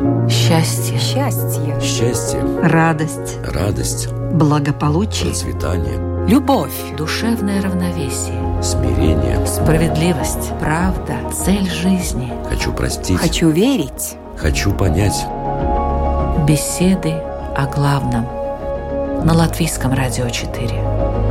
Счастье. Счастье. Счастье. Радость. Радость. Благополучие. Процветание. Любовь. Душевное равновесие. Смирение. Справедливость. Правда. Цель жизни. Хочу простить. Хочу верить. Хочу понять. Беседы о главном. На Латвийском радио 4.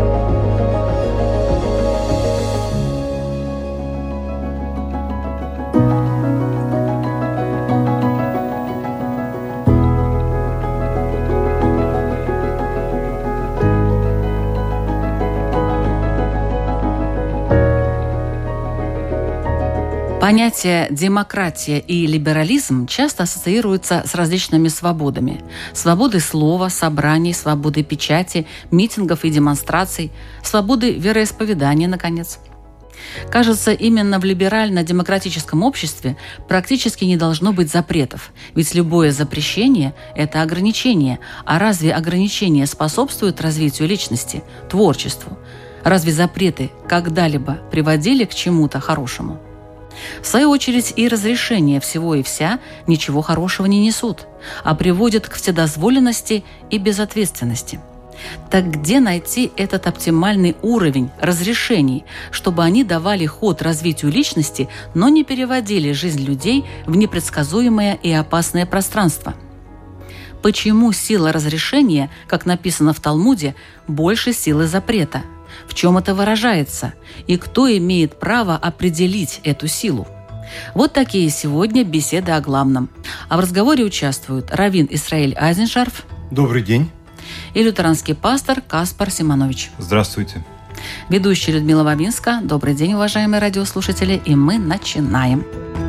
Понятия демократия и либерализм часто ассоциируются с различными свободами. Свободой слова, собраний, свободой печати, митингов и демонстраций, свободы вероисповедания, наконец. Кажется, именно в либерально-демократическом обществе практически не должно быть запретов, ведь любое запрещение – это ограничение. А разве ограничения способствуют развитию личности, творчеству? Разве запреты когда-либо приводили к чему-то хорошему? В свою очередь и разрешения всего и вся ничего хорошего не несут, а приводят к вседозволенности и безответственности. Так где найти этот оптимальный уровень разрешений, чтобы они давали ход развитию личности, но не переводили жизнь людей в непредсказуемое и опасное пространство? Почему сила разрешения, как написано в Талмуде, больше силы запрета? В чем это выражается? И кто имеет право определить эту силу? Вот такие сегодня беседы о главном. А в разговоре участвуют раввин Исраэль Айзеншарф. Добрый день. И лютеранский пастор Каспар Симонович. Здравствуйте. Ведущая Людмила Вавинска. Добрый день, уважаемые радиослушатели. И мы начинаем.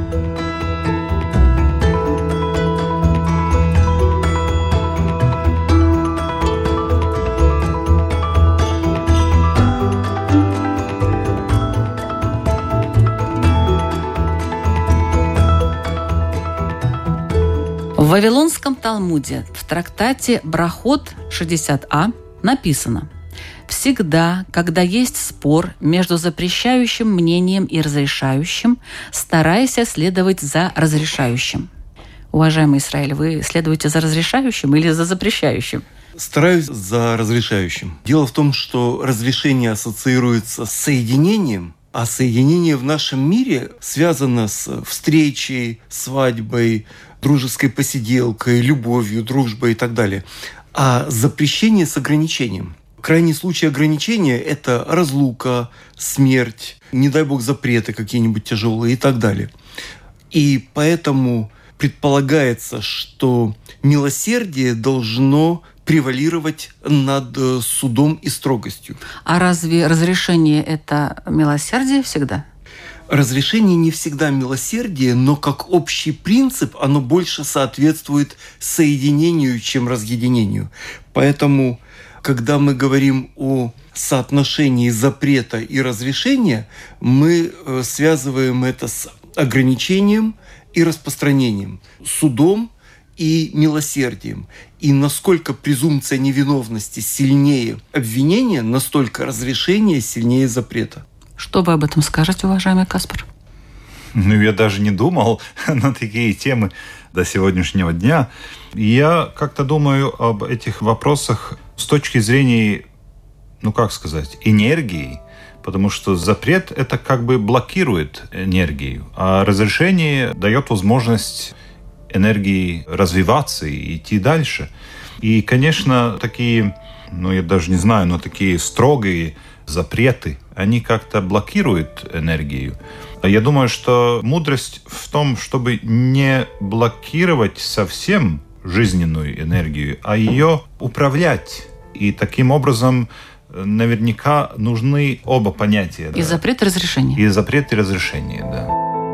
В Вавилонском Талмуде в трактате Брахот 60а написано: «Всегда, когда есть спор между запрещающим мнением и разрешающим, старайся следовать за разрешающим». Уважаемый Исраэль, вы следуете за разрешающим или за запрещающим? Стараюсь за разрешающим. Дело в том, что разрешение ассоциируется с соединением, а соединение в нашем мире связано с встречей, свадьбой, дружеской посиделкой, любовью, дружбой и так далее. А запрещение с ограничением. Крайний случай ограничения – это разлука, смерть, не дай бог запреты какие-нибудь тяжелые и так далее. И поэтому предполагается, что милосердие должно превалировать над судом и строгостью. А разве разрешение – это милосердие всегда? Разрешение не всегда милосердие, но как общий принцип оно больше соответствует соединению, чем разъединению. Поэтому, когда мы говорим о соотношении запрета и разрешения, мы связываем это с ограничением и распространением, судом и милосердием. И насколько презумпция невиновности сильнее обвинения, настолько разрешение сильнее запрета. Что вы об этом скажете, уважаемый Каспар? Я даже не думал на такие темы до сегодняшнего дня. Я как-то думаю об этих вопросах с точки зрения, энергии, потому что запрет – это как бы блокирует энергию, а разрешение дает возможность энергии развиваться и идти дальше. И, конечно, такие, я даже не знаю, но такие строгие запреты, они как-то блокируют энергию. Я думаю, что мудрость в том, чтобы не блокировать совсем жизненную энергию, а ее управлять. И таким образом наверняка нужны оба понятия. И запрет, и разрешение. И запрет, и разрешение, да.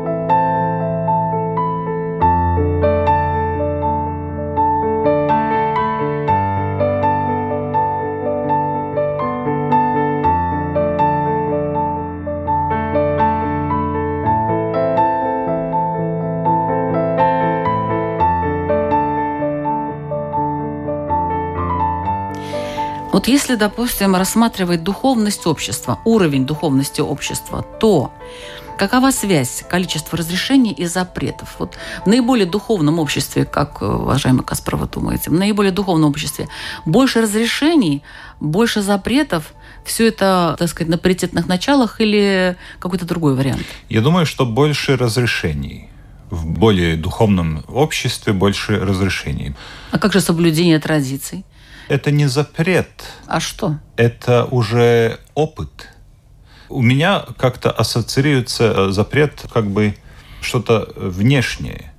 Вот если, допустим, рассматривать духовность общества, уровень духовности общества, то Какова связь количества разрешений и запретов? Вот в наиболее духовном обществе, как, уважаемый Каспар, вы думаете, в наиболее духовном обществе больше разрешений, больше запретов, все это, так сказать, на паритетных началах или какой-то другой вариант? Я думаю, что больше разрешений. В более духовном обществе больше разрешений. А как же соблюдение традиций? Это не запрет. А что? Это уже опыт. У меня как-то ассоциируется запрет как бы что-то внешнее,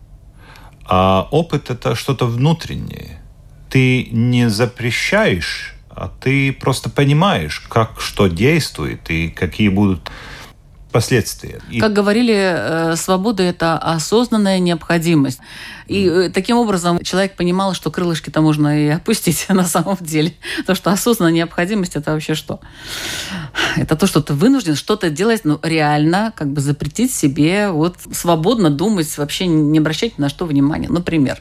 а опыт – это что-то внутреннее. Ты не запрещаешь, а ты просто понимаешь, как что действует и какие будут последствия. Как говорили, свобода – это осознанная необходимость. И таким образом человек понимал, что крылышки-то можно и опустить на самом деле. То, что осознанная необходимость – это вообще что? Это то, что ты вынужден что-то делать, но реально как бы запретить себе вот свободно думать, вообще не обращать ни на что внимания. Например.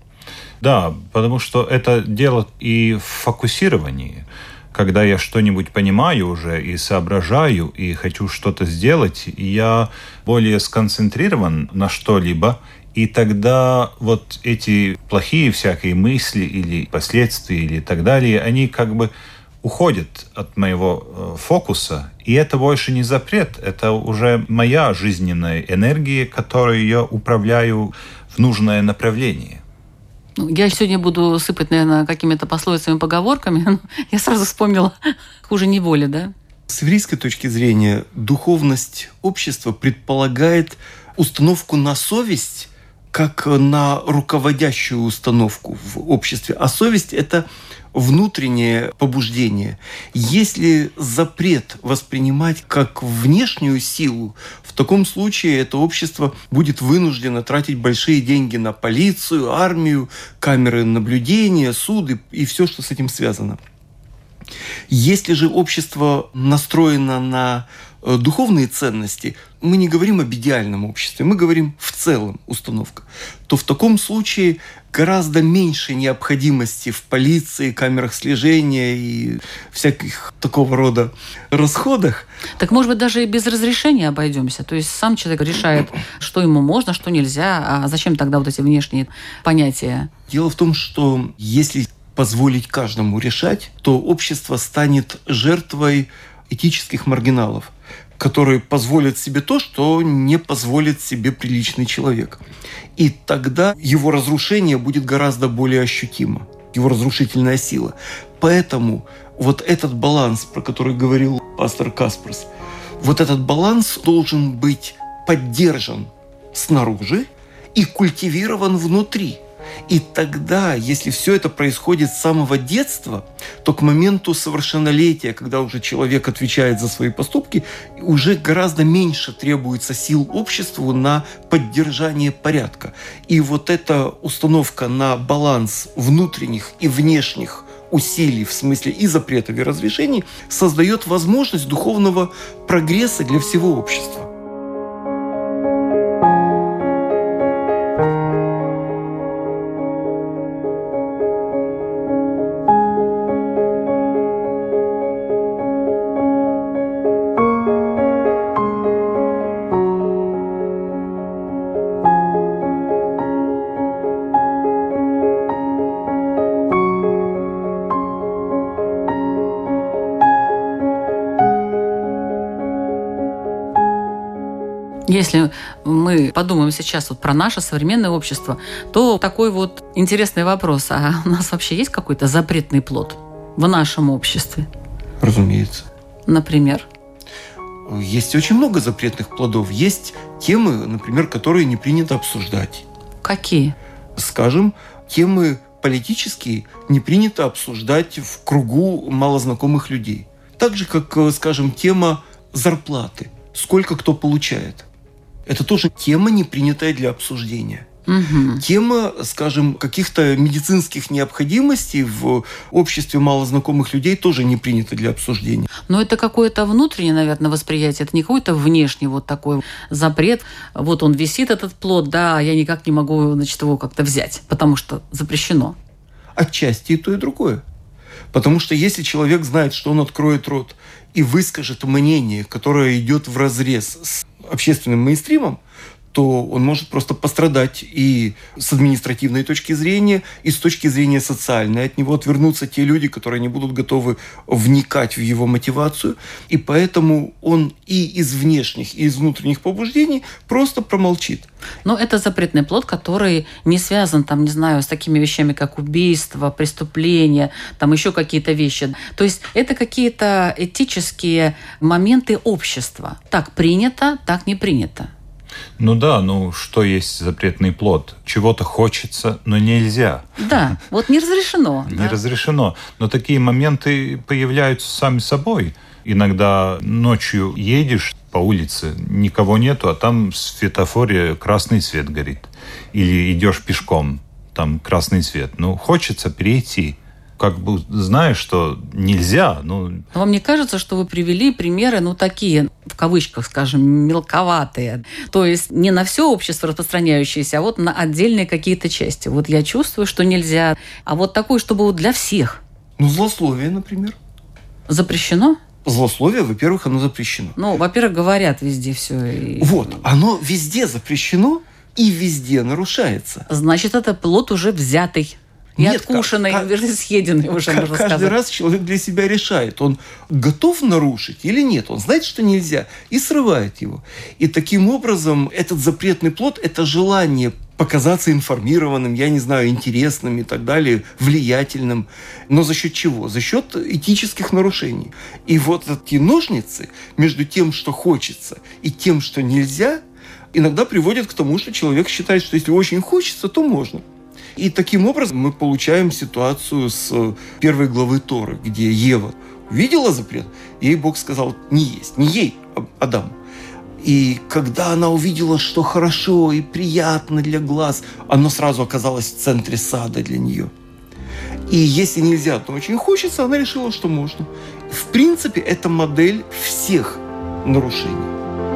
Да, потому что это дело и в фокусировании. Когда я что-нибудь понимаю уже и соображаю, и хочу что-то сделать, я более сконцентрирован на что-либо, и тогда вот эти плохие всякие мысли или последствия или так далее, они как бы уходят от моего фокуса, и это больше не запрет, это уже моя жизненная энергия, которую я управляю в нужное направление. Я сегодня буду сыпать, наверное, какими-то пословицами, поговорками. Но я сразу вспомнила «хуже неволи», да? С еврейской точки зрения духовность общества предполагает установку на совесть как на руководящую установку в обществе. А совесть – это внутреннее побуждение. Если запрет воспринимать как внешнюю силу, в таком случае это общество будет вынуждено тратить большие деньги на полицию, армию, камеры наблюдения, суды и все, что с этим связано. Если же общество настроено на духовные ценности, мы не говорим об идеальном обществе, мы говорим в целом установка, то в таком случае гораздо меньше необходимости в полиции, камерах слежения и всяких такого рода расходах. Так, может быть, даже и без разрешения обойдемся. То есть сам человек решает, что ему можно, что нельзя. А зачем тогда вот эти внешние понятия? Дело в том, что если позволить каждому решать, то общество станет жертвой этических маргиналов, которые позволят себе то, что не позволит себе приличный человек. И тогда его разрушение будет гораздо более ощутимо, его разрушительная сила. Поэтому вот этот баланс, про который говорил пастор Каспарс, вот этот баланс должен быть поддержан снаружи и культивирован внутри. И тогда, если все это происходит с самого детства, то к моменту совершеннолетия, когда уже человек отвечает за свои поступки, уже гораздо меньше требуется сил обществу на поддержание порядка. И вот эта установка на баланс внутренних и внешних усилий в смысле и запретов, и разрешений создает возможность духовного прогресса для всего общества. Если мы подумаем сейчас вот про наше современное общество, то такой вот интересный вопрос. А у нас вообще есть какой-то запретный плод в нашем обществе? Разумеется. Например? Есть очень много запретных плодов. Есть темы, например, которые не принято обсуждать. Какие? Скажем, темы политические не принято обсуждать в кругу малознакомых людей. Так же, как, скажем, тема зарплаты. Сколько кто получает. Это тоже тема, не принятая для обсуждения. Угу. Тема, скажем, каких-то медицинских необходимостей в обществе малознакомых людей тоже не принята для обсуждения. Но это какое-то внутреннее, наверное, восприятие. Это не какой-то внешний вот такой запрет. Вот он висит, этот плод, да, я никак не могу, значит, его как-то взять, потому что запрещено. Отчасти и то, и другое. Потому что если человек знает, что он откроет рот и выскажет мнение, которое идет вразрез с общественным мейнстримом, то он может просто пострадать и с административной точки зрения, и с точки зрения социальной. От него отвернутся те люди, которые не будут готовы вникать в его мотивацию. И поэтому он и из внешних, и из внутренних побуждений просто промолчит. Но это запретный плод, который не связан, там, не знаю, с такими вещами, как убийство, преступления, там еще какие-то вещи. То есть это какие-то этические моменты общества. Так принято, так не принято. Ну да, что есть запретный плод? Чего-то хочется, но нельзя. Да, вот не разрешено. Не разрешено. Но такие моменты появляются сами собой. Иногда ночью едешь по улице, никого нету, а там в светофоре красный свет горит. Или идешь пешком, там красный свет. Хочется перейти. Как бы знаешь, что нельзя. Вам не кажется, что вы привели примеры, такие, в кавычках, скажем, мелковатые? То есть не на все общество распространяющееся, а вот на отдельные какие-то части. Вот я чувствую, что нельзя. А вот такое, чтобы для всех. Злословие, например. Запрещено? Злословие, во-первых, оно запрещено. Во-первых, говорят везде все. Оно везде запрещено и везде нарушается. Значит, это плод уже взятый. И откушенный, съеденный уже, можно сказать. Каждый раз человек для себя решает, он готов нарушить или нет. Он знает, что нельзя, и срывает его. И таким образом этот запретный плод – это желание показаться информированным, интересным и так далее, влиятельным. Но за счет чего? За счет этических нарушений. И вот эти ножницы между тем, что хочется, и тем, что нельзя, иногда приводят к тому, что человек считает, что если очень хочется, то можно. И таким образом мы получаем ситуацию с 1 главы Торы, где Ева увидела запрет, ей Бог сказал не есть. Не ей, а Адаму. И когда она увидела, что хорошо и приятно для глаз, оно сразу оказалось в центре сада для нее. И если нельзя, то очень хочется, она решила, что можно. В принципе, это модель всех нарушений.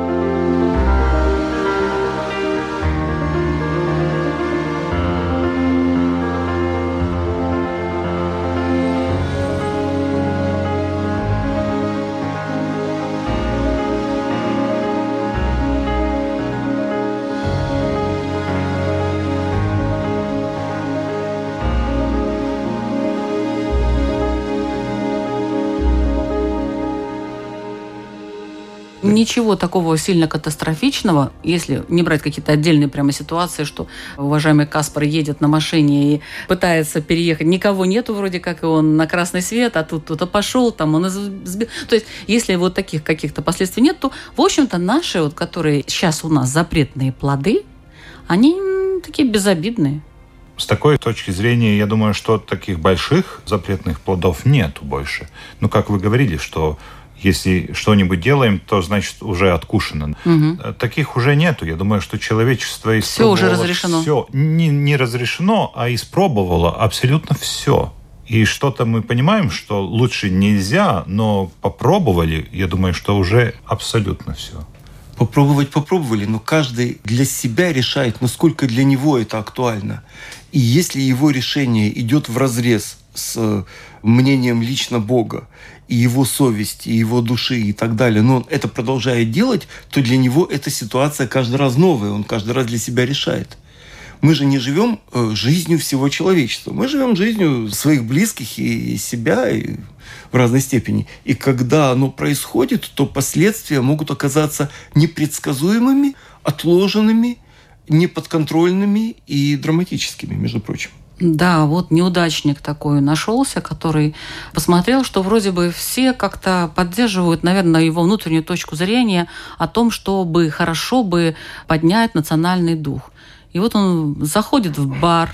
Ничего такого сильно катастрофичного, если не брать какие-то отдельные прямо ситуации, что уважаемый Каспар едет на машине и пытается переехать, никого нету вроде как, и он на красный свет, а тут кто-то пошел, там он сбил. То есть, если вот таких каких-то последствий нет, то, в общем-то, наши, которые сейчас у нас запретные плоды, они такие безобидные. С такой точки зрения, я думаю, что таких больших запретных плодов нету больше. Как вы говорили, что если что-нибудь делаем, то, значит, уже откушено. Угу. Таких уже нету. Я думаю, что человечество испробовало все уже разрешено. Все. Не разрешено, а испробовало абсолютно все. И что-то мы понимаем, что лучше нельзя, но попробовали, я думаю, что уже абсолютно все. Попробовали, но каждый для себя решает, насколько для него это актуально. И если его решение идет вразрез с мнением лично Бога, и его совести, и его души и так далее, но он это продолжает делать, то для него эта ситуация каждый раз новая, он каждый раз для себя решает. Мы же не живем жизнью всего человечества, мы живем жизнью своих близких и себя и в разной степени. И когда оно происходит, то последствия могут оказаться непредсказуемыми, отложенными, неподконтрольными и драматическими, между прочим. Да, вот неудачник такой нашелся, который посмотрел, что вроде бы все как-то поддерживают, наверное, его внутреннюю точку зрения о том, чтобы хорошо бы поднять национальный дух. И вот он заходит в бар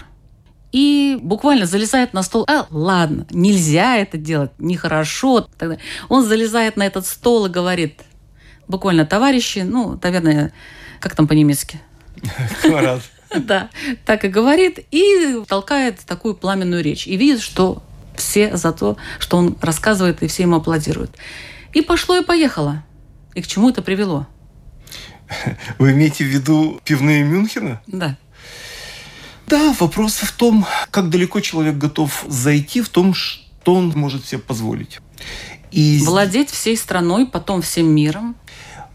и буквально залезает на стол. Ладно, нельзя это делать, нехорошо. Тогда он залезает на этот стол и говорит, буквально, товарищи, наверное, как там по-немецки? Камарад. Да, так и говорит, и толкает такую пламенную речь. И видит, что все за то, что он рассказывает, и все ему аплодируют. И пошло, и поехало. И к чему это привело? Вы имеете в виду пивные Мюнхена? Да. Да, вопрос в том, как далеко человек готов зайти в том, что он может себе позволить. Владеть всей страной, потом всем миром.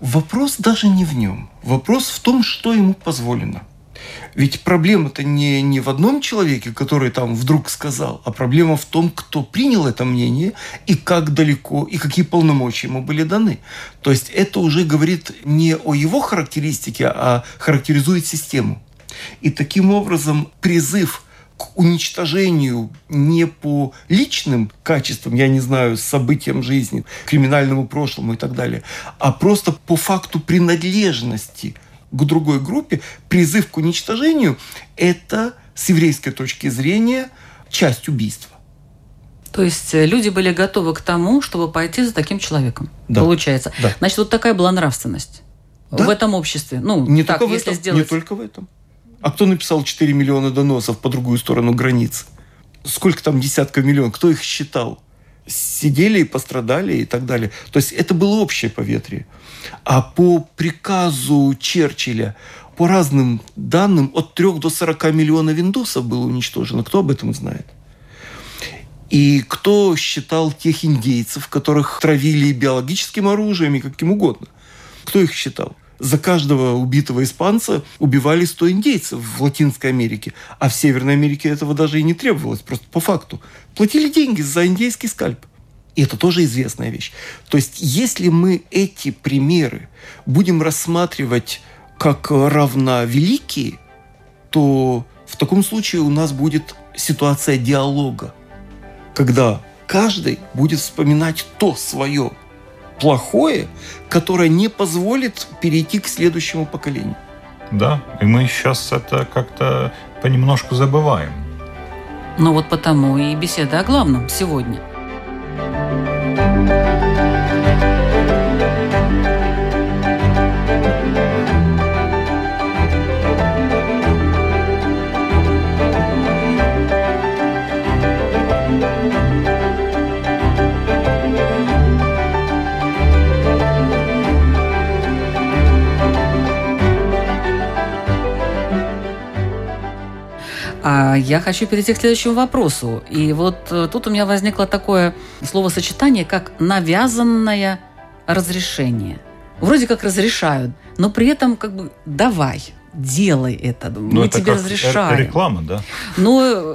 Вопрос даже не в нем. Вопрос в том, что ему позволено. Ведь проблема-то не в одном человеке, который там вдруг сказал, а проблема в том, кто принял это мнение и как далеко, и какие полномочия ему были даны. То есть это уже говорит не о его характеристике, а характеризует систему. И таким образом призыв к уничтожению не по личным качествам, я не знаю, событиям жизни, криминальному прошлому и так далее, а просто по факту принадлежности к другой группе, призыв к уничтожению – это, с еврейской точки зрения, часть убийства. То есть люди были готовы к тому, чтобы пойти за таким человеком, да. Получается. Да. Значит, вот такая была нравственность да. в этом обществе. Не так, только если в этом, сделать... не только в этом. А кто написал 4 миллиона доносов по другую сторону границы? Сколько там десятков миллионов? Кто их считал? Сидели и пострадали и так далее. То есть это было общее поветрие. А по приказу Черчилля, по разным данным, от 3 до 40 миллионов индусов было уничтожено. Кто об этом знает? И кто считал тех индейцев, которых травили биологическим оружием и каким угодно? Кто их считал? За каждого убитого испанца убивали 100 индейцев в Латинской Америке. А в Северной Америке этого даже и не требовалось, просто по факту. Платили деньги за индейский скальп. И это тоже известная вещь. То есть, если мы эти примеры будем рассматривать как равновеликие, то в таком случае у нас будет ситуация диалога, когда каждый будет вспоминать то свое плохое, которое не позволит перейти к следующему поколению. Да, и мы сейчас это как-то понемножку забываем. Ну вот потому и беседа о главном сегодня. А я хочу перейти к следующему вопросу. И вот тут у меня возникло такое словосочетание, как «навязанное разрешение». Вроде как разрешают, но при этом как бы «давай, делай это, мы это тебе как разрешаем». Реклама, да? Ну,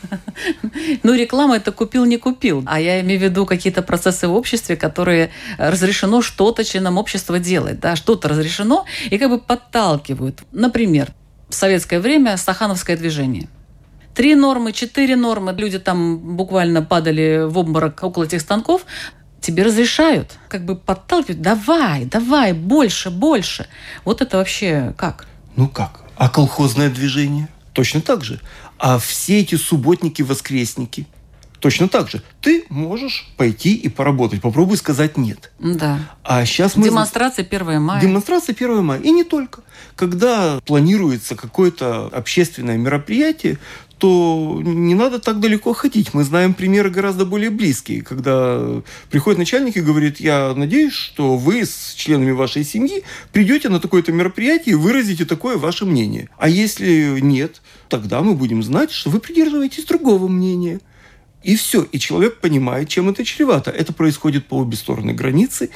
реклама – это купил, не купил. А я имею в виду какие-то процессы в обществе, которые разрешено что-то членам общества делать. Да? Что-то разрешено и как бы подталкивают. Например, в советское время стахановское движение. 3 нормы, 4 нормы. Люди там буквально падали в обморок около этих станков. Тебе разрешают, как бы подталкивают. Давай, больше. Вот это вообще как? Ну как? А колхозное движение? Точно так же. А все эти субботники-воскресники? Точно так же. Ты можешь пойти и поработать. Попробуй сказать «нет». Да. А сейчас мы... Демонстрация 1 мая. Демонстрация 1 мая. И не только. Когда планируется какое-то общественное мероприятие, то не надо так далеко ходить. Мы знаем примеры гораздо более близкие, когда приходит начальник и говорит: я надеюсь, что вы с членами вашей семьи придете на такое-то мероприятие и выразите такое ваше мнение. А если нет, тогда мы будем знать, что вы придерживаетесь другого мнения. И все. И человек понимает, чем это чревато. Это происходит по обе стороны границы,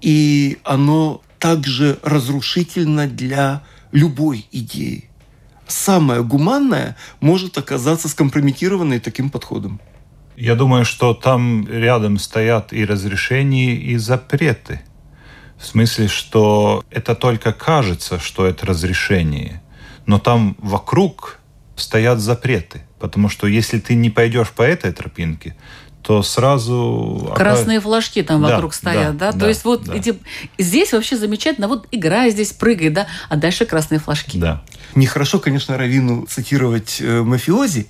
и оно также разрушительно для любой идеи. Самое гуманное может оказаться скомпрометированной таким подходом. Я думаю, что там рядом стоят и разрешения, и запреты. В смысле, что это только кажется, что это разрешение, но там вокруг стоят запреты. Потому что если ты не пойдешь по этой тропинке, то сразу... Красные флажки там вокруг стоят, да? То есть вот здесь вообще замечательно, вот играй здесь, прыгай, да? А дальше красные флажки. Да. Нехорошо, конечно, раввину цитировать мафиози,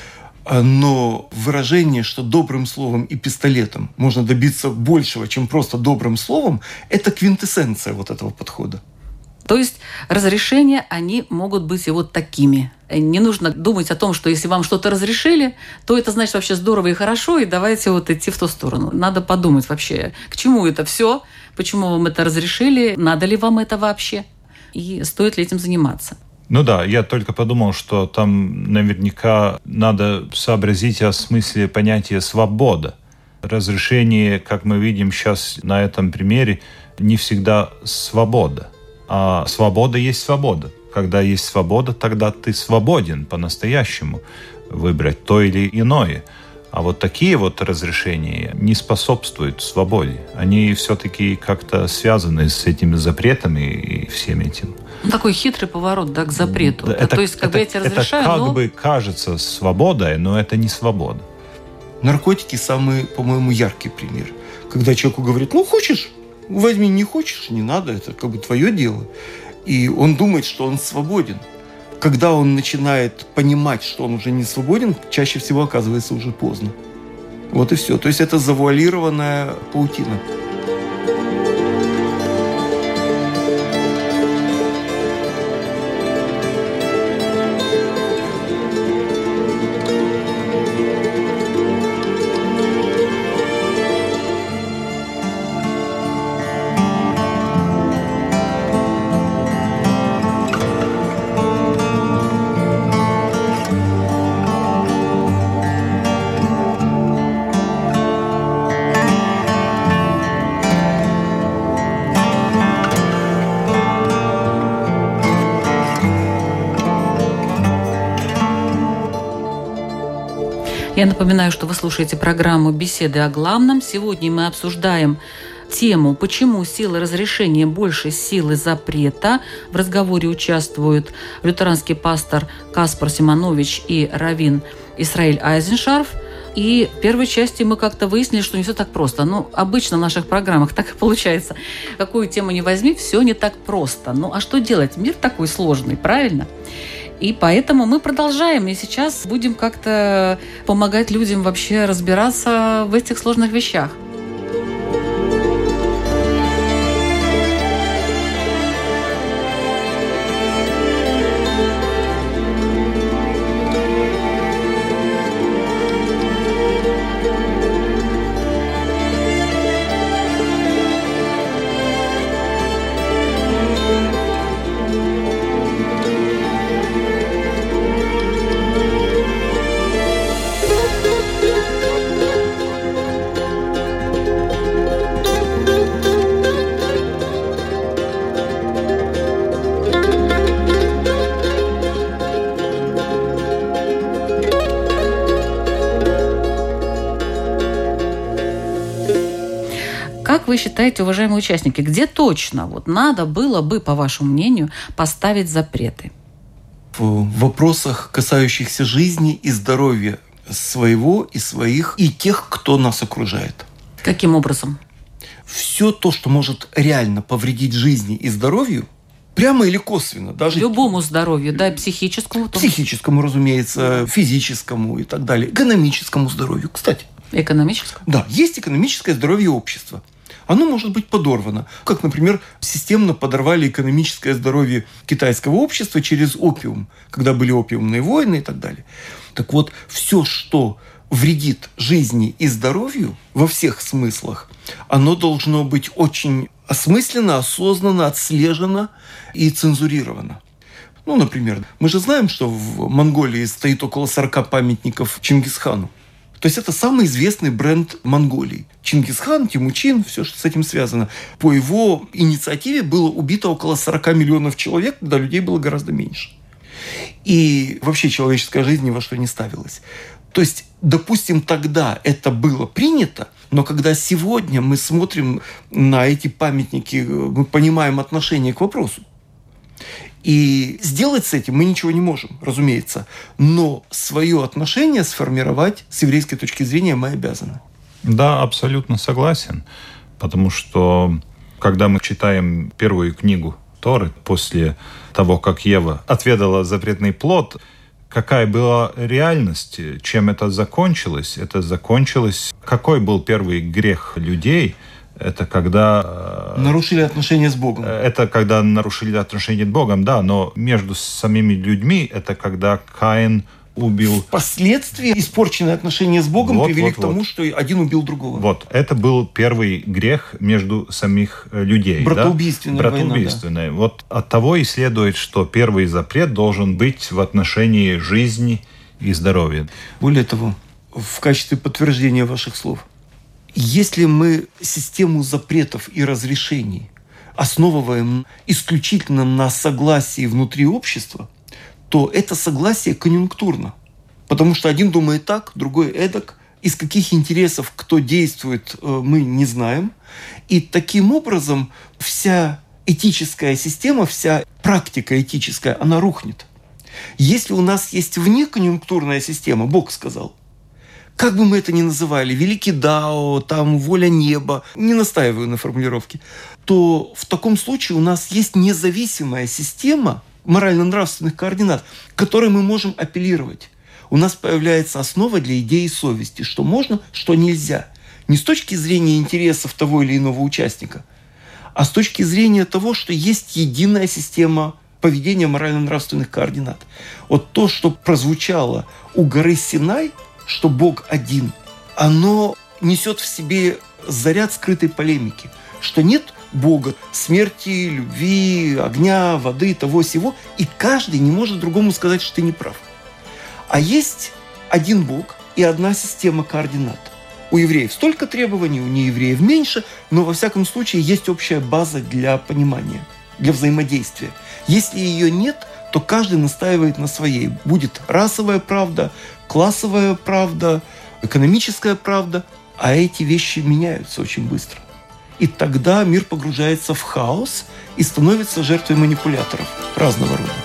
но выражение, что добрым словом и пистолетом можно добиться большего, чем просто добрым словом, это квинтэссенция вот этого подхода. То есть разрешения, они могут быть и вот такими. Не нужно думать о том, что если вам что-то разрешили, то это значит вообще здорово и хорошо, и давайте вот идти в ту сторону. Надо подумать вообще, к чему это все, почему вам это разрешили, надо ли вам это вообще, и стоит ли этим заниматься. Ну да, я только подумал, что там наверняка надо сообразить о смысле понятия «свобода». разрешение, как мы видим сейчас на этом примере, не всегда свобода. А свобода есть свобода. Когда есть свобода, тогда ты свободен по-настоящему выбрать то или иное. А вот такие вот разрешения не способствуют свободе. Они все-таки как-то связаны с этими запретами и всем этим. Такой хитрый поворот, да, к запрету. Да, то есть, как бы я тебе разрешаю, это как бы кажется свободой, но это не свобода. Наркотики самый, по-моему, яркий пример. Когда человеку говорят, хочешь, возьми, не хочешь, не надо, это как бы твое дело. И он думает, что он свободен. Когда он начинает понимать, что он уже не свободен, чаще всего оказывается уже поздно. Вот и все. То есть это завуалированная паутина. Я напоминаю, что вы слушаете программу «Беседы о главном». Сегодня мы обсуждаем тему «Почему сила разрешения больше силы запрета?». В разговоре участвуют лютеранский пастор Каспар Симонович и раввин Исраэль Айзеншарф. И в первой части мы как-то выяснили, что не все так просто. Обычно в наших программах так и получается. Какую тему ни возьми, все не так просто. А что делать? Мир такой сложный, правильно? И поэтому мы продолжаем. И сейчас будем как-то помогать людям вообще разбираться в этих сложных вещах. Как вы считаете, уважаемые участники, где точно надо было бы, по вашему мнению, поставить запреты? В вопросах, касающихся жизни и здоровья своего и своих, и тех, кто нас окружает. Каким образом? Все то, что может реально повредить жизни и здоровью, прямо или косвенно. Даже любому здоровью, да, психическому. Психическому, разумеется, физическому и так далее. Экономическому здоровью, кстати. Экономическому? Да, есть экономическое здоровье общества. Оно может быть подорвано. Как, например, системно подорвали экономическое здоровье китайского общества через опиум, когда были опиумные войны и так далее. Так вот, все, что вредит жизни и здоровью во всех смыслах, оно должно быть очень осмысленно, осознанно, отслежено и цензурировано. Например, мы же знаем, что в Монголии стоит около 40 памятников Чингисхану. То есть это самый известный бренд Монголии. Чингисхан, Тимучин, все, что с этим связано. По его инициативе было убито около 40 миллионов человек, когда людей было гораздо меньше. И вообще человеческая жизнь ни во что не ставилась. То есть, допустим, тогда это было принято, но когда сегодня мы смотрим на эти памятники, мы понимаем отношение к вопросу. И сделать с этим мы ничего не можем, разумеется. Но свое отношение сформировать с еврейской точки зрения мы обязаны. Да, абсолютно согласен. Потому что, когда мы читаем первую книгу Торы, после того, как Ева отведала запретный плод, какая была реальность, чем это закончилось? Это закончилось... Какой был первый грех людей? Это когда... Нарушили отношения с Богом. Это когда нарушили отношения с Богом, да, но между самими людьми это когда Каин убил... Впоследствии испорченные отношения с Богом привели к тому, что один убил другого. Это был первый грех между самих людей. Братоубийственная война. Братоубийственная. От того и следует, что первый запрет должен быть в отношении жизни и здоровья. Более того, в качестве подтверждения ваших слов, Если мы систему запретов и разрешений основываем исключительно на согласии внутри общества, то это согласие конъюнктурно. Потому что один думает так, другой эдак. Из каких интересов кто действует, мы не знаем. И таким образом вся этическая система, вся практика этическая, она рухнет. Если у нас есть внеконъюнктурная система, Бог сказал, как бы мы это ни называли, великий Дао, там воля неба, не настаиваю на формулировке, то в таком случае у нас есть независимая система морально-нравственных координат, к которой мы можем апеллировать. У нас появляется основа для идеи совести, что можно, что нельзя. Не с точки зрения интересов того или иного участника, а с точки зрения того, что есть единая система поведения морально-нравственных координат. Вот то, что прозвучало у горы Синай, что Бог один, оно несет в себе заряд скрытой полемики, что нет Бога смерти, любви, огня, воды, того-сего, и каждый не может другому сказать, что ты не прав. А есть один Бог и одна система координат. У евреев столько требований, у неевреев меньше, но во всяком случае есть общая база для понимания, для взаимодействия. Если ее нет, то каждый настаивает на своей. Будет расовая правда, классовая правда, экономическая правда, а эти вещи меняются очень быстро. И тогда мир погружается в хаос и становится жертвой манипуляторов разного рода.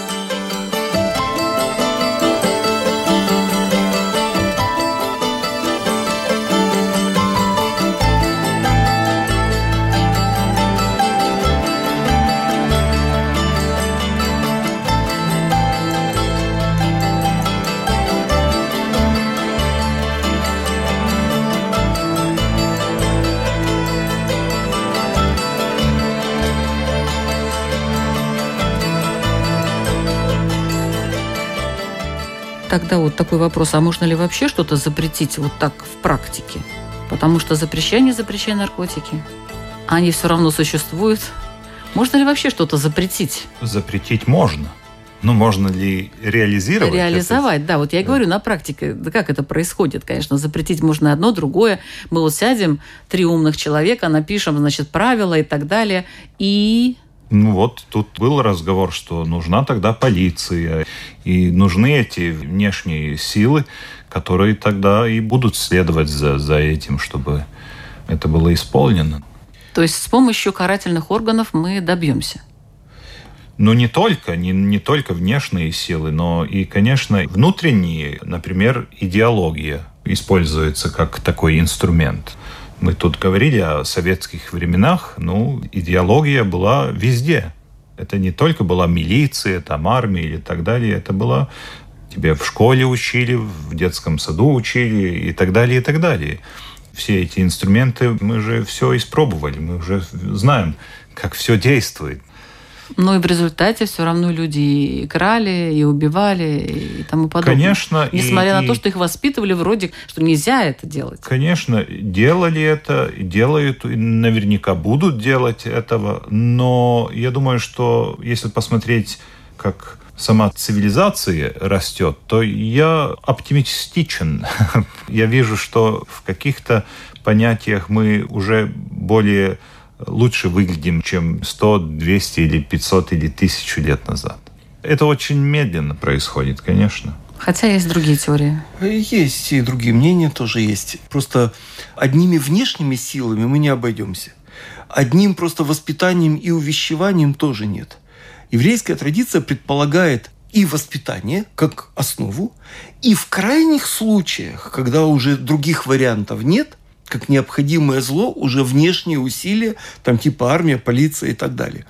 Тогда вот такой вопрос, а можно ли вообще что-то запретить вот так в практике? Потому что запрещай наркотики, они все равно существуют. Можно ли вообще что-то запретить? Запретить можно. Но можно ли реализовать? Реализовать, да. Вот я и говорю, на практике, да как это происходит, конечно. Запретить можно одно, другое. Мы вот сядем, 3 умных человека, напишем, значит, правила и так далее. И... Ну вот, тут был разговор, что нужна тогда полиция, и нужны эти внешние силы, которые тогда и будут следовать за этим, чтобы это было исполнено. То есть с помощью карательных органов мы добьемся? Ну, не только внешние силы, но и, конечно, внутренние, например, идеология используется как такой инструмент. Мы тут говорили о советских временах, идеология была везде. Это не только была милиция, там армия или так далее, это было тебя в школе учили, в детском саду учили и так далее, и так далее. Все эти инструменты мы же все испробовали, мы уже знаем, как все действует. Но и в результате все равно люди и крали, и убивали, и тому подобное. Конечно. Несмотря на то, что их воспитывали вроде, что нельзя это делать. Конечно, делали это, делают, и наверняка будут делать этого. Но я думаю, что если посмотреть, как сама цивилизация растет, то я оптимистичен. Я вижу, что в каких-то понятиях мы уже более лучше выглядим, чем 100, 200 или 500 или 1000 лет назад. Это очень медленно происходит, конечно. Хотя есть другие теории. Есть и другие мнения тоже есть. Просто одними внешними силами мы не обойдемся. Одним просто воспитанием и увещеванием тоже нет. Еврейская традиция предполагает и воспитание как основу, и в крайних случаях, когда уже других вариантов нет, как необходимое зло, уже внешние усилия, там типа армия, полиция и так далее.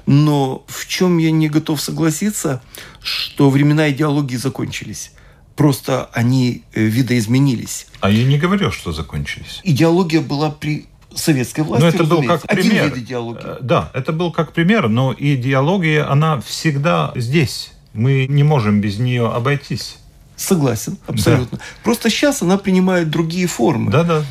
Но в чем я не готов согласиться, что времена идеологии закончились. Просто они видоизменились. А я не говорю, что закончились. Идеология была при советской власти, но это был как пример. Один вид идеологии. Да, это был как пример, но идеология, она всегда здесь. Мы не можем без нее обойтись. Согласен, абсолютно. Да. Просто сейчас она принимает другие формы. Да.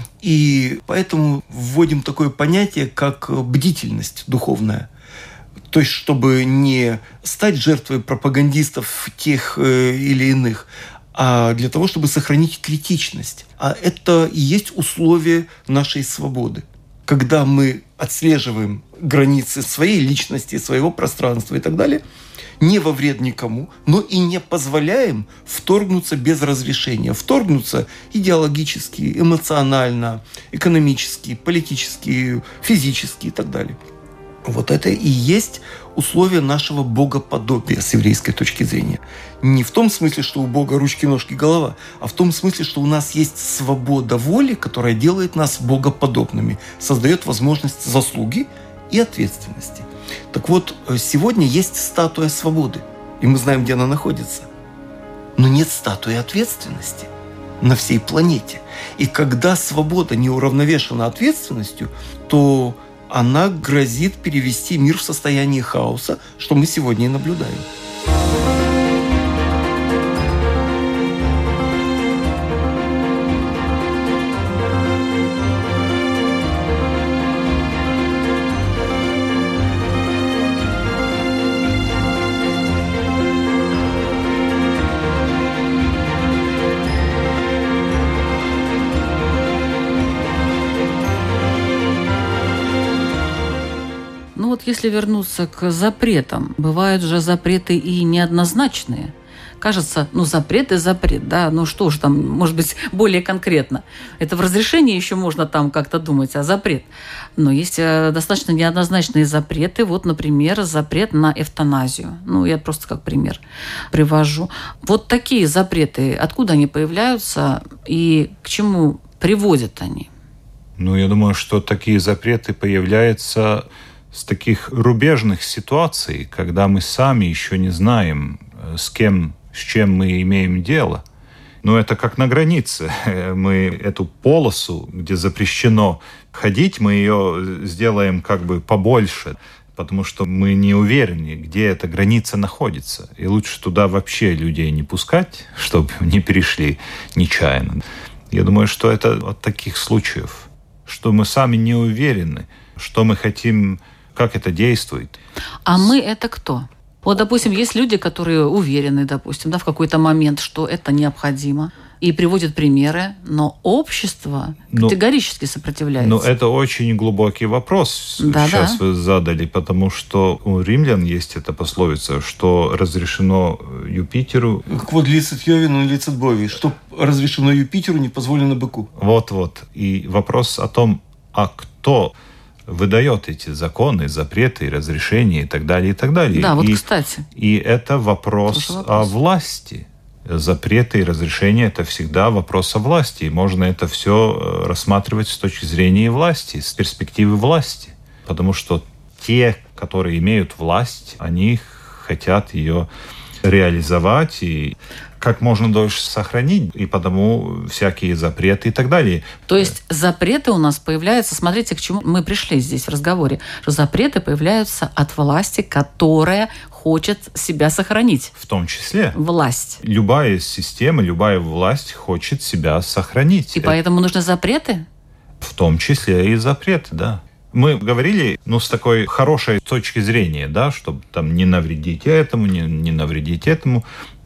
И поэтому вводим такое понятие, как бдительность духовная. То есть, чтобы не стать жертвой пропагандистов тех или иных, а для того, чтобы сохранить критичность. А это и есть условие нашей свободы. Когда мы отслеживаем границы своей личности, своего пространства и так далее, не во вред никому, но и не позволяем вторгнуться без разрешения. Вторгнуться идеологически, эмоционально, экономически, политически, физически и так далее. Вот это и есть условие нашего богоподобия с еврейской точки зрения. Не в том смысле, что у Бога ручки, ножки, голова, а в том смысле, что у нас есть свобода воли, которая делает нас богоподобными, создает возможность заслуги и ответственности. Так вот, сегодня есть статуя свободы, и мы знаем, где она находится. Но нет статуи ответственности на всей планете. И когда свобода не уравновешена ответственностью, то она грозит перевести мир в состояние хаоса, что мы сегодня и наблюдаем. Если вернуться к запретам, бывают же запреты и неоднозначные. Кажется, запрет и запрет, да, что ж там, может быть, более конкретно. Это в разрешении еще можно там как-то думать, а запрет. Но есть достаточно неоднозначные запреты. Вот, например, запрет на эвтаназию. Я просто как пример привожу. Вот такие запреты, откуда они появляются и к чему приводят они? Я думаю, что такие запреты появляются с таких рубежных ситуаций, когда мы сами еще не знаем, с чем мы имеем дело. Это как на границе. Мы эту полосу, где запрещено ходить, мы ее сделаем как бы побольше, потому что мы не уверены, где эта граница находится. И лучше туда вообще людей не пускать, чтобы не перешли нечаянно. Я думаю, что это от таких случаев, что мы сами не уверены, что мы хотим, как это действует. А мы это кто? Вот, допустим, есть люди, которые уверены, допустим, в какой-то момент, что это необходимо, и приводят примеры, но общество категорически сопротивляется. Это очень глубокий вопрос сейчас вы задали, потому что у римлян есть эта пословица, что разрешено Юпитеру... Как вот лицет Йовину, лицет Бови, что разрешено Юпитеру, не позволено быку. Вот. И вопрос о том, а кто выдает эти законы, запреты, разрешения и так далее, и так далее. Да, кстати. И это вопрос о власти. Запреты и разрешения – это всегда вопрос о власти. И можно это все рассматривать с точки зрения власти, с перспективы власти. Потому что те, которые имеют власть, они хотят ее реализовать и как можно дольше сохранить, и потому всякие запреты и так далее. То есть запреты у нас появляются, смотрите, к чему мы пришли здесь в разговоре, что запреты появляются от власти, которая хочет себя сохранить. В том числе. Власть. Любая система, любая власть хочет себя сохранить. И поэтому нужны запреты? В том числе и запреты, да. Мы говорили, с такой хорошей точки зрения, да, чтобы там не навредить этому, не навредить этому.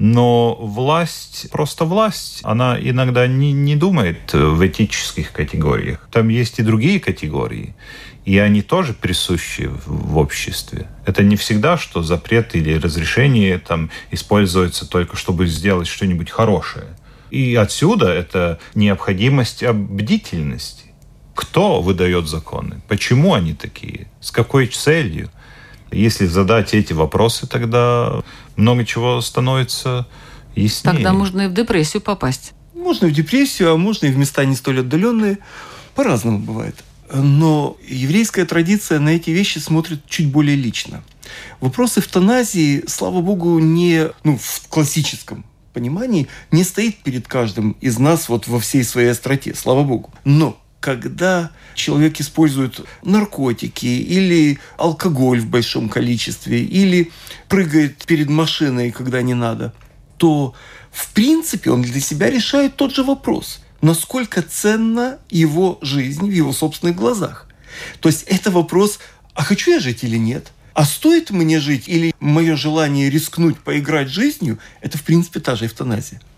Но власть, просто власть, она иногда не думает в этических категориях. Там есть и другие категории, и они тоже присущи в обществе. Это не всегда, что запрет или разрешение там используется только, чтобы сделать что-нибудь хорошее. И отсюда это необходимость бдительности. Кто выдает законы? Почему они такие? С какой целью? Если задать эти вопросы, тогда много чего становится яснее. Тогда можно и в депрессию попасть. Можно и в депрессию, а можно и в места не столь отдаленные. По-разному бывает. Но еврейская традиция на эти вещи смотрит чуть более лично. Вопрос эвтаназии, слава богу, не в классическом понимании не стоит перед каждым из нас во всей своей остроте, слава богу. Но когда человек использует наркотики или алкоголь в большом количестве, или прыгает перед машиной, когда не надо, то, в принципе, он для себя решает тот же вопрос. Насколько ценна его жизнь в его собственных глазах. То есть это вопрос, а хочу я жить или нет? А стоит мне жить? Или мое желание рискнуть, поиграть жизнью, это, в принципе, та же эвтаназия.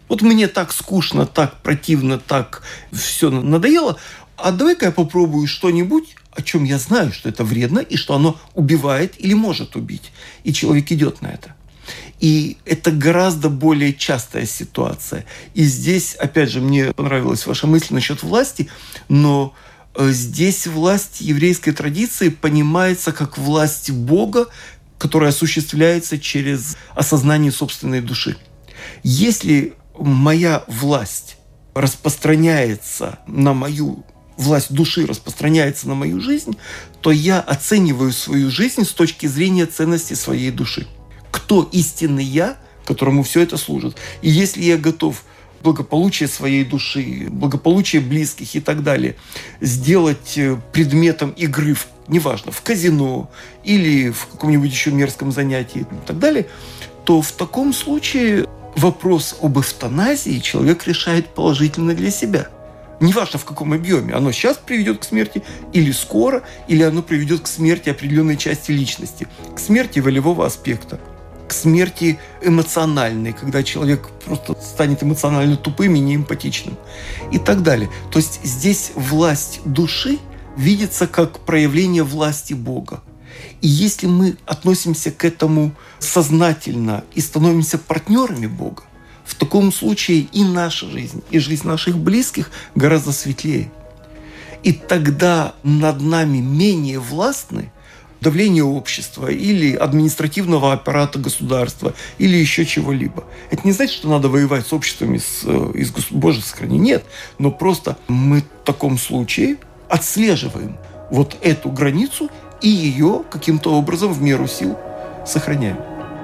Вот мне так скучно, так противно, так все надоело, а давай-ка я попробую что-нибудь, о чем я знаю, что это вредно и что оно убивает или может убить. И человек идет на это. И это гораздо более частая ситуация. И здесь, опять же, мне понравилась ваша мысль насчет власти, но здесь власть еврейской традиции понимается как власть Бога, которая осуществляется через осознание собственной души. Если моя власть распространяется на мою власть души распространяется на мою жизнь, то я оцениваю свою жизнь с точки зрения ценности своей души. Кто истинный я, которому все это служит? И если я готов благополучие своей души, благополучие близких и так далее сделать предметом игры, неважно, в казино или в каком-нибудь еще мерзком занятии и так далее, то в таком случае вопрос об эвтаназии человек решает положительно для себя. Неважно, в каком объеме. Оно сейчас приведет к смерти, или скоро, или оно приведет к смерти определенной части личности, к смерти волевого аспекта, к смерти эмоциональной, когда человек просто станет эмоционально тупым и неэмпатичным и так далее. То есть здесь власть души видится как проявление власти Бога. И если мы относимся к этому сознательно и становимся партнерами Бога, в таком случае и наша жизнь, и жизнь наших близких гораздо светлее. И тогда над нами менее властны давление общества или административного аппарата государства или еще чего-либо. Это не значит, что надо воевать с обществами из Боже сохрани. Нет. Но просто мы в таком случае отслеживаем вот эту границу и ее каким-то образом в меру сил сохраняем.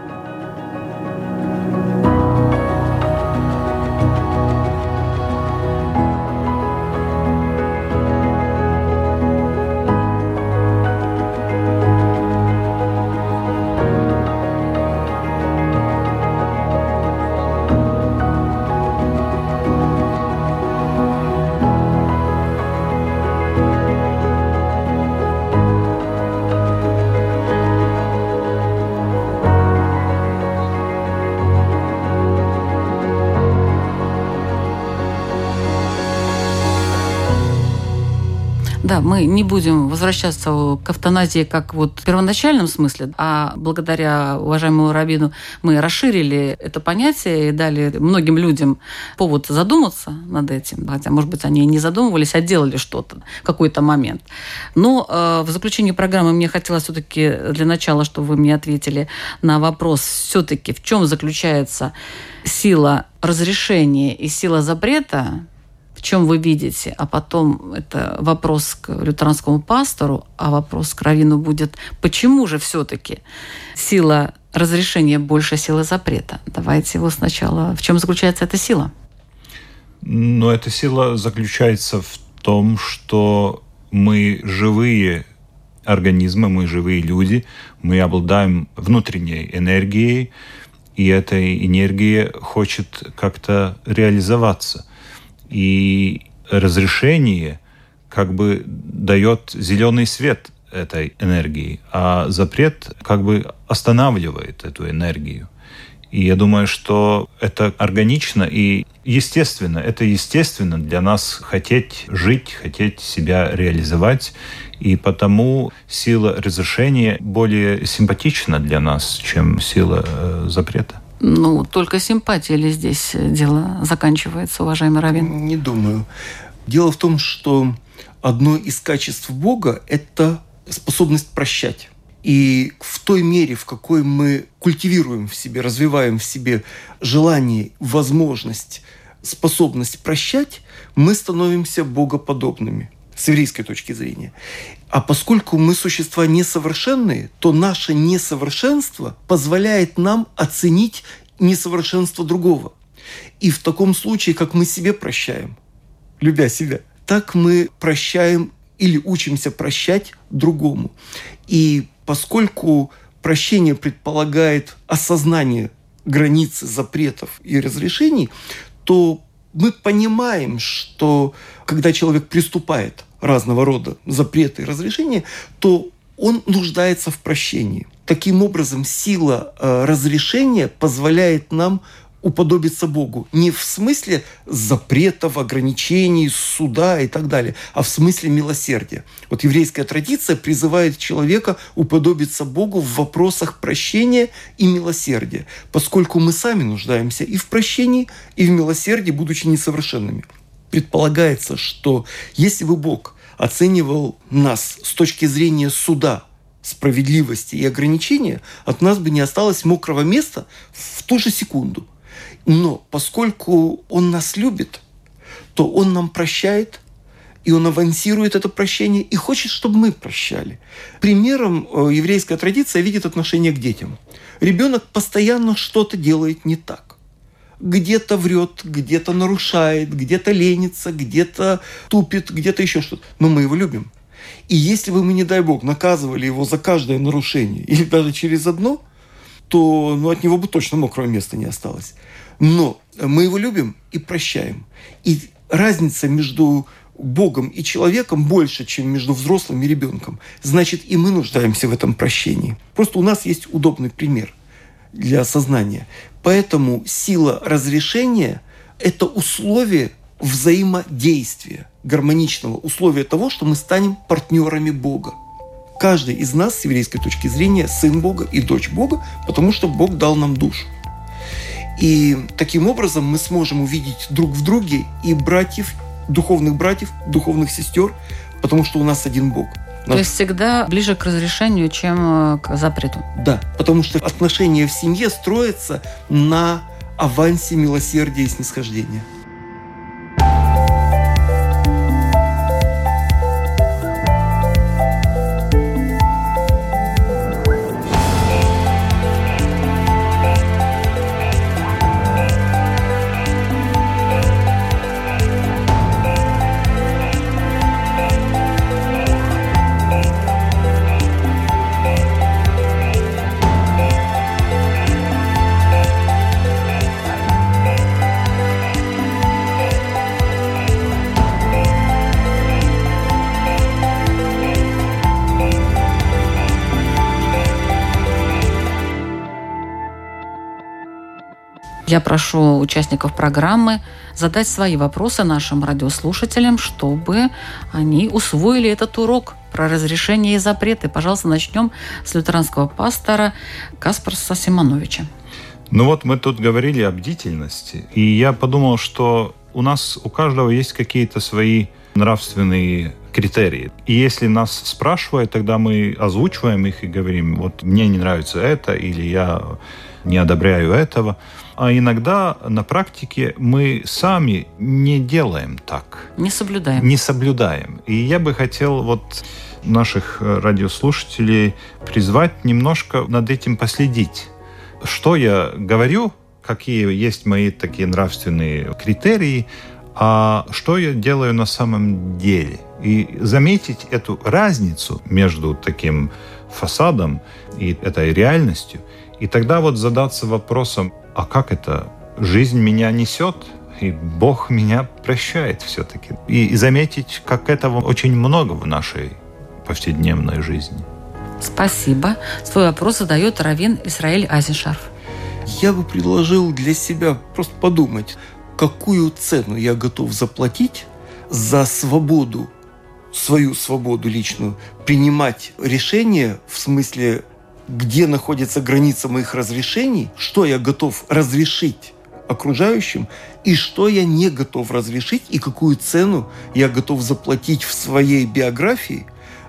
Да, мы не будем возвращаться к эвтаназии как вот в первоначальном смысле, а благодаря уважаемому раввину мы расширили это понятие и дали многим людям повод задуматься над этим. Хотя, может быть, они и не задумывались, а делали что-то в какой-то момент. Но в заключении программы мне хотелось все-таки для начала, чтобы вы мне ответили на вопрос все-таки, в чем заключается сила разрешения и сила запрета, в чем вы видите, а потом это вопрос к лютеранскому пастору, а вопрос к раввину будет, почему же все-таки сила разрешения больше силы запрета? Давайте его сначала. В чем заключается эта сила? Но эта сила заключается в том, что мы живые организмы, мы живые люди, мы обладаем внутренней энергией, и эта энергия хочет как-то реализоваться. И разрешение как бы дает зеленый свет этой энергии, а запрет как бы останавливает эту энергию. И я думаю, что это органично и естественно. Это естественно для нас хотеть жить, хотеть себя реализовать. И потому сила разрешения более симпатична для нас, чем сила запрета. Ну, только симпатия ли здесь дело заканчивается, уважаемый раввин? Не думаю. Дело в том, что одно из качеств Бога – это способность прощать. И в той мере, в какой мы культивируем в себе, развиваем в себе желание, возможность, способность прощать, мы становимся богоподобными с еврейской точки зрения. А поскольку мы существа несовершенные, то наше несовершенство позволяет нам оценить несовершенство другого. И в таком случае, как мы себе прощаем, любя себя, так мы прощаем или учимся прощать другому. И поскольку прощение предполагает осознание границы запретов и разрешений, то мы понимаем, что когда человек приступает разного рода запреты и разрешения, то он нуждается в прощении. Таким образом, сила разрешения позволяет нам уподобиться Богу. Не в смысле запретов, ограничений, суда и так далее, а в смысле милосердия. Вот еврейская традиция призывает человека уподобиться Богу в вопросах прощения и милосердия, поскольку мы сами нуждаемся и в прощении, и в милосердии, будучи несовершенными. Предполагается, что если бы Бог оценивал нас с точки зрения суда, справедливости и ограничения, от нас бы не осталось мокрого места в ту же секунду. Но поскольку Он нас любит, то Он нам прощает, и Он авансирует это прощение и хочет, чтобы мы прощали. Примером еврейская традиция видит отношение к детям. Ребенок постоянно что-то делает не так. Где-то врет, где-то нарушает, где-то ленится, где-то тупит, где-то еще что-то. Но мы его любим. И если бы мы, не дай Бог, наказывали его за каждое нарушение или даже через одно, то от него бы точно мокрого места не осталось. Но мы его любим и прощаем. И разница между Богом и человеком больше, чем между взрослым и ребенком. Значит, и мы нуждаемся в этом прощении. Просто у нас есть удобный пример для осознания. Поэтому сила разрешения – это условие взаимодействия, гармоничного условия того, что мы станем партнерами Бога. Каждый из нас, с еврейской точки зрения, сын Бога и дочь Бога, потому что Бог дал нам душу. И таким образом мы сможем увидеть друг в друге и братьев, духовных сестер, потому что у нас один Бог. То есть всегда ближе к разрешению, чем к запрету. Да, потому что отношения в семье строятся на авансе милосердия и снисхождения. Я прошу участников программы задать свои вопросы нашим радиослушателям, чтобы они усвоили этот урок про разрешение и запреты. Пожалуйста, начнем с лютеранского пастора Каспарса Симоновича. Мы тут говорили о бдительности, и я подумал, что у каждого есть какие-то свои нравственные критерии. И если нас спрашивают, тогда мы озвучиваем их и говорим, мне не нравится это, или я не одобряю этого. А иногда на практике мы сами не делаем так. Не соблюдаем. И я бы хотел наших радиослушателей призвать немножко над этим последить. Что я говорю, какие есть мои такие нравственные критерии, а что я делаю на самом деле. И заметить эту разницу между таким фасадом и этой реальностью. И тогда задаться вопросом, а как это? Жизнь меня несет, и Бог меня прощает все-таки. И заметить, как этого очень много в нашей повседневной жизни. Спасибо. Свой вопрос задает раввин Исраэль Айзеншарф. Я бы предложил для себя просто подумать, какую цену я готов заплатить за свободу, свою свободу личную, принимать решения в смысле, где находится граница моих разрешений, что я готов разрешить окружающим, и что я не готов разрешить, и какую цену я готов заплатить в своей биографии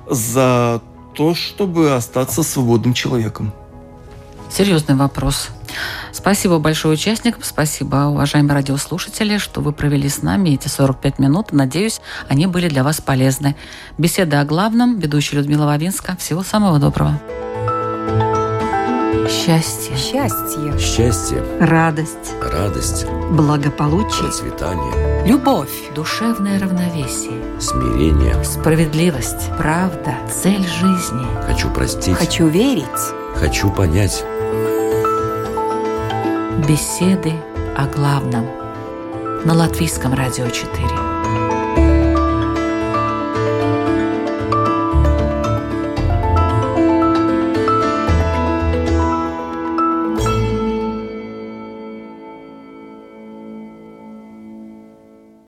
за то, чтобы остаться свободным человеком. Серьезный вопрос. Спасибо большое участникам, спасибо, уважаемые радиослушатели, что вы провели с нами эти 45 минут. Надеюсь, они были для вас полезны. Беседа о главном. Ведущая Людмила Вавинска. Всего самого доброго. Счастье. Счастье. Счастье. Радость. Радость. Благополучие. Процветание. Любовь. Душевное равновесие. Смирение. Справедливость. Правда. Цель жизни. Хочу простить. Хочу верить. Хочу понять. Беседы о главном. На Латвийском радио 4.